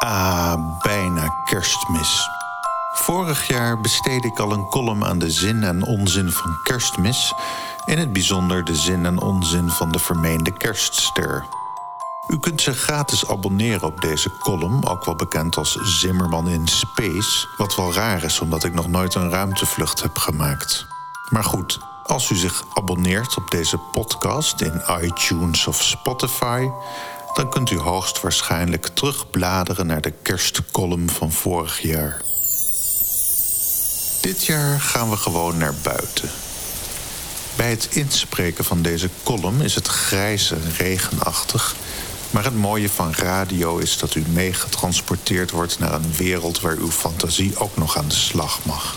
Bijna Kerstmis. Vorig jaar besteedde ik al een column aan de zin en onzin van Kerstmis, in het bijzonder de zin en onzin van de vermeende kerstster. U kunt zich gratis abonneren op deze column, ook wel bekend als Zimmerman in Space, wat wel raar is omdat ik nog nooit een ruimtevlucht heb gemaakt. Maar goed, als u zich abonneert op deze podcast in iTunes of Spotify, dan kunt u hoogstwaarschijnlijk terugbladeren naar de kerstcolumn van vorig jaar. Dit jaar gaan we gewoon naar buiten. Bij het inspreken van deze column is het grijs en regenachtig, maar het mooie van radio is dat u meegetransporteerd wordt naar een wereld waar uw fantasie ook nog aan de slag mag.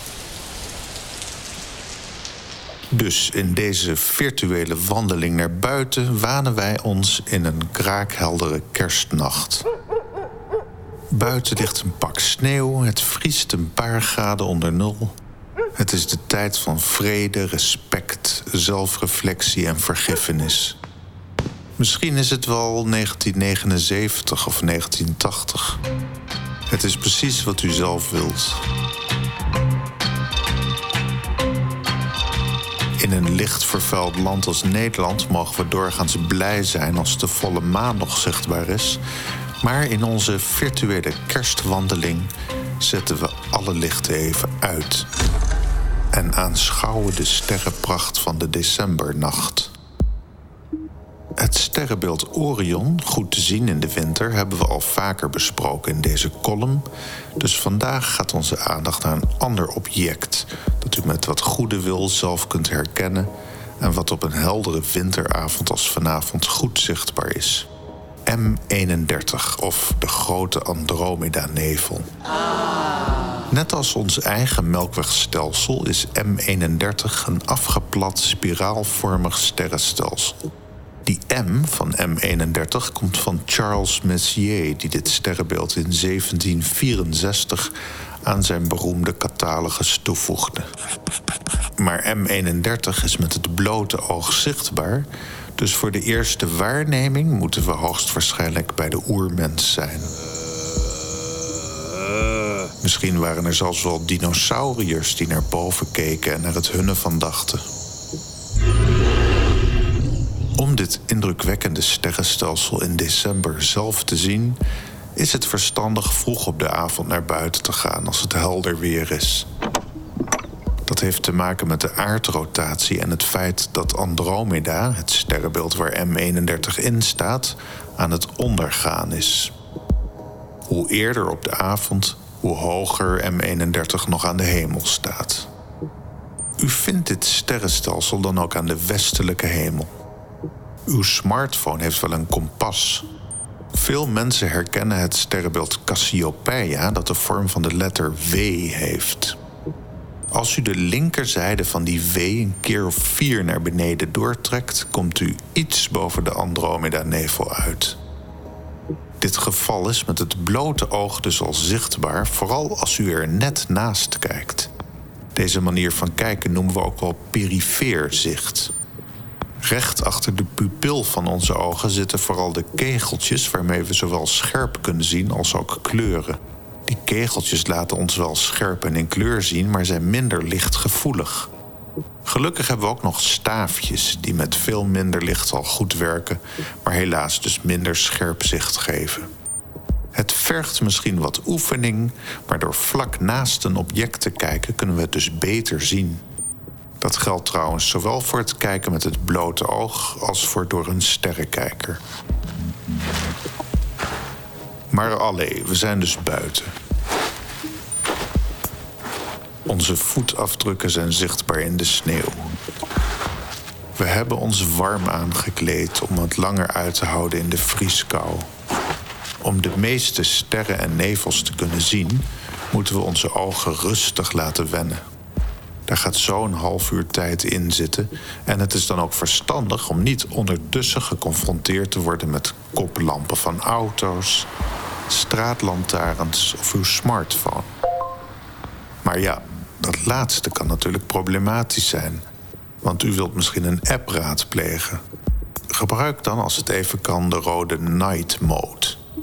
Dus in deze virtuele wandeling naar buiten wanen wij ons in een kraakheldere kerstnacht. Buiten ligt een pak sneeuw, het vriest een paar graden onder nul. Het is de tijd van vrede, respect, zelfreflectie en vergiffenis. Misschien is het wel 1979 of 1980. Het is precies wat u zelf wilt. In een licht vervuild land als Nederland mogen we doorgaans blij zijn als de volle maan nog zichtbaar is. Maar in onze virtuele kerstwandeling zetten we alle lichten even uit en aanschouwen de sterrenpracht van de decembernacht. Het sterrenbeeld Orion, goed te zien in de winter, hebben we al vaker besproken in deze column. Dus vandaag gaat onze aandacht naar een ander object dat u met wat goede wil zelf kunt herkennen en wat op een heldere winteravond als vanavond goed zichtbaar is. M31, of de grote Andromeda-nevel. Net als ons eigen melkwegstelsel is M31 een afgeplat spiraalvormig sterrenstelsel. Die M van M31 komt van Charles Messier, die dit sterrenbeeld in 1764 aan zijn beroemde catalogus toevoegde. Maar M31 is met het blote oog zichtbaar, dus voor de eerste waarneming moeten we hoogstwaarschijnlijk bij de oermens zijn. Misschien waren er zelfs wel dinosauriërs die naar boven keken en naar het hunnen van dachten. Om dit indrukwekkende sterrenstelsel in december zelf te zien, is het verstandig vroeg op de avond naar buiten te gaan als het helder weer is. Dat heeft te maken met de aardrotatie en het feit dat Andromeda, het sterrenbeeld waar M31 in staat, aan het ondergaan is. Hoe eerder op de avond, hoe hoger M31 nog aan de hemel staat. U vindt dit sterrenstelsel dan ook aan de westelijke hemel. Uw smartphone heeft wel een kompas. Veel mensen herkennen het sterrenbeeld Cassiopeia, dat de vorm van de letter W heeft. Als u de linkerzijde van die W een keer of 4 naar beneden doortrekt, komt u iets boven de Andromeda-nevel uit. Dit geval is met het blote oog dus al zichtbaar, vooral als u er net naast kijkt. Deze manier van kijken noemen we ook wel perifeer zicht. Recht achter de pupil van onze ogen zitten vooral de kegeltjes waarmee we zowel scherp kunnen zien als ook kleuren. Die kegeltjes laten ons wel scherp en in kleur zien, maar zijn minder lichtgevoelig. Gelukkig hebben we ook nog staafjes die met veel minder licht al goed werken, maar helaas dus minder scherp zicht geven. Het vergt misschien wat oefening, maar door vlak naast een object te kijken kunnen we het dus beter zien. Dat geldt trouwens zowel voor het kijken met het blote oog als voor door een sterrenkijker. Maar allee, we zijn dus buiten. Onze voetafdrukken zijn zichtbaar in de sneeuw. We hebben ons warm aangekleed om het langer uit te houden in de vrieskou. Om de meeste sterren en nevels te kunnen zien, moeten we onze ogen rustig laten wennen. Daar gaat zo'n half uur tijd in zitten en het is dan ook verstandig om niet ondertussen geconfronteerd te worden met koplampen van auto's, straatlantaarns of uw smartphone. Maar ja, dat laatste kan natuurlijk problematisch zijn, want u wilt misschien een app raadplegen. Gebruik dan als het even kan de rode night mode.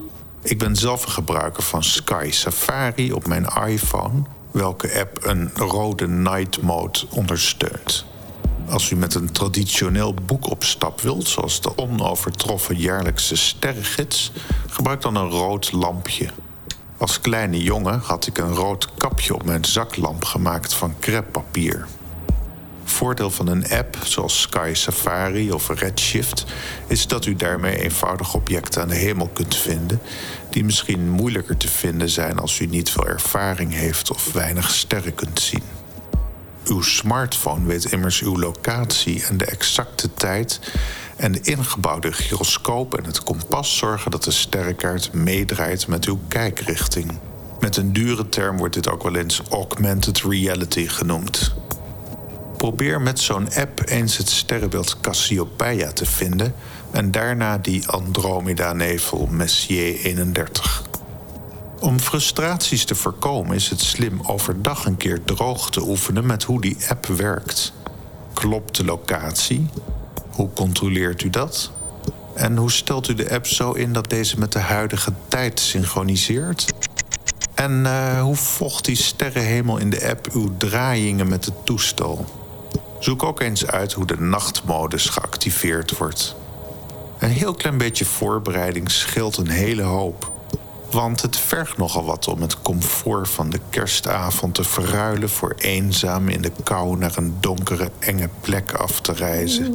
Ik ben zelf een gebruiker van Sky Safari op mijn iPhone, welke app een rode night mode ondersteunt. Als u met een traditioneel boek op stap wilt, zoals de onovertroffen jaarlijkse sterrengids, gebruik dan een rood lampje. Als kleine jongen had ik een rood kapje op mijn zaklamp gemaakt van crêpepapier. Voordeel van een app zoals Sky Safari of Redshift is dat u daarmee eenvoudig objecten aan de hemel kunt vinden die misschien moeilijker te vinden zijn als u niet veel ervaring heeft of weinig sterren kunt zien. Uw smartphone weet immers uw locatie en de exacte tijd en de ingebouwde gyroscoop en het kompas zorgen dat de sterrenkaart meedraait met uw kijkrichting. Met een dure term wordt dit ook wel eens augmented reality genoemd. Probeer met zo'n app eens het sterrenbeeld Cassiopeia te vinden en daarna die Andromeda-nevel Messier 31. Om frustraties te voorkomen is het slim overdag een keer droog te oefenen met hoe die app werkt. Klopt de locatie? Hoe controleert u dat? En hoe stelt u de app zo in dat deze met de huidige tijd synchroniseert? En hoe volgt die sterrenhemel in de app uw draaiingen met het toestel? Zoek ook eens uit hoe de nachtmodus geactiveerd wordt. Een heel klein beetje voorbereiding scheelt een hele hoop. Want het vergt nogal wat om het comfort van de kerstavond te verruilen voor eenzaam in de kou naar een donkere, enge plek af te reizen.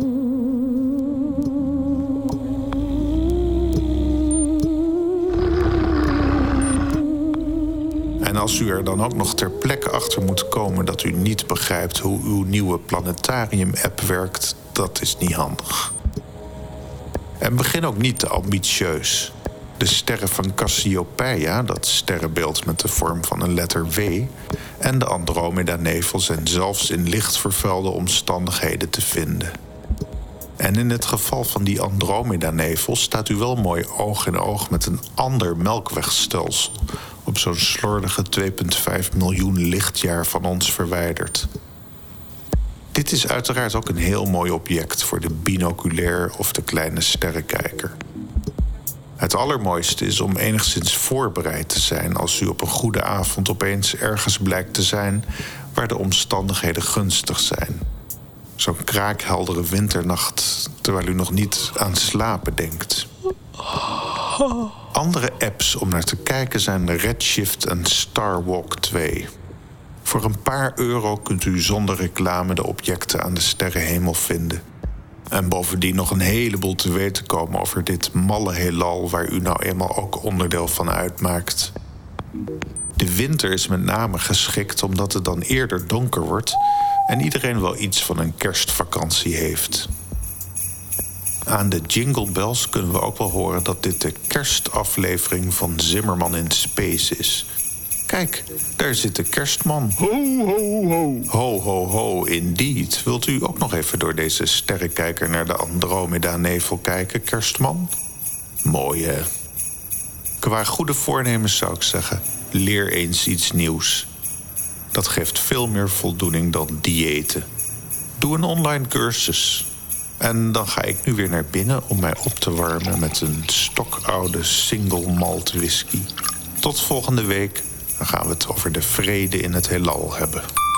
En als u er dan ook nog ter plekke achter moet komen dat u niet begrijpt hoe uw nieuwe planetarium-app werkt, dat is niet handig. En begin ook niet te ambitieus. De sterren van Cassiopeia, dat sterrenbeeld met de vorm van een letter W, en de Andromeda-nevel zijn zelfs in licht vervuilde omstandigheden te vinden. En in het geval van die Andromeda-nevel staat u wel mooi oog in oog met een ander melkwegstelsel, op zo'n slordige 2,5 miljoen lichtjaar van ons verwijderd. Dit is uiteraard ook een heel mooi object voor de binoculair of de kleine sterrenkijker. Het allermooiste is om enigszins voorbereid te zijn als u op een goede avond opeens ergens blijkt te zijn waar de omstandigheden gunstig zijn. Zo'n kraakheldere winternacht terwijl u nog niet aan slapen denkt. Andere apps om naar te kijken zijn Redshift en Starwalk 2. Voor een paar euro kunt u zonder reclame de objecten aan de sterrenhemel vinden. En bovendien nog een heleboel te weten komen over dit malle heelal waar u nou eenmaal ook onderdeel van uitmaakt. De winter is met name geschikt omdat het dan eerder donker wordt en iedereen wel iets van een kerstvakantie heeft. Aan de Jingle Bells kunnen we ook wel horen dat dit de kerstaflevering van Zimmerman in Space is. Kijk, daar zit de kerstman. Ho, ho, ho. Ho, ho, ho, indeed. Wilt u ook nog even door deze sterrenkijker naar de Andromeda-nevel kijken, kerstman? Mooi, hè? Qua goede voornemens zou ik zeggen, leer eens iets nieuws. Dat geeft veel meer voldoening dan diëten. Doe een online cursus. En dan ga ik nu weer naar binnen om mij op te warmen met een stokoude single malt whisky. Tot volgende week. Dan gaan we het over de vrede in het heelal hebben.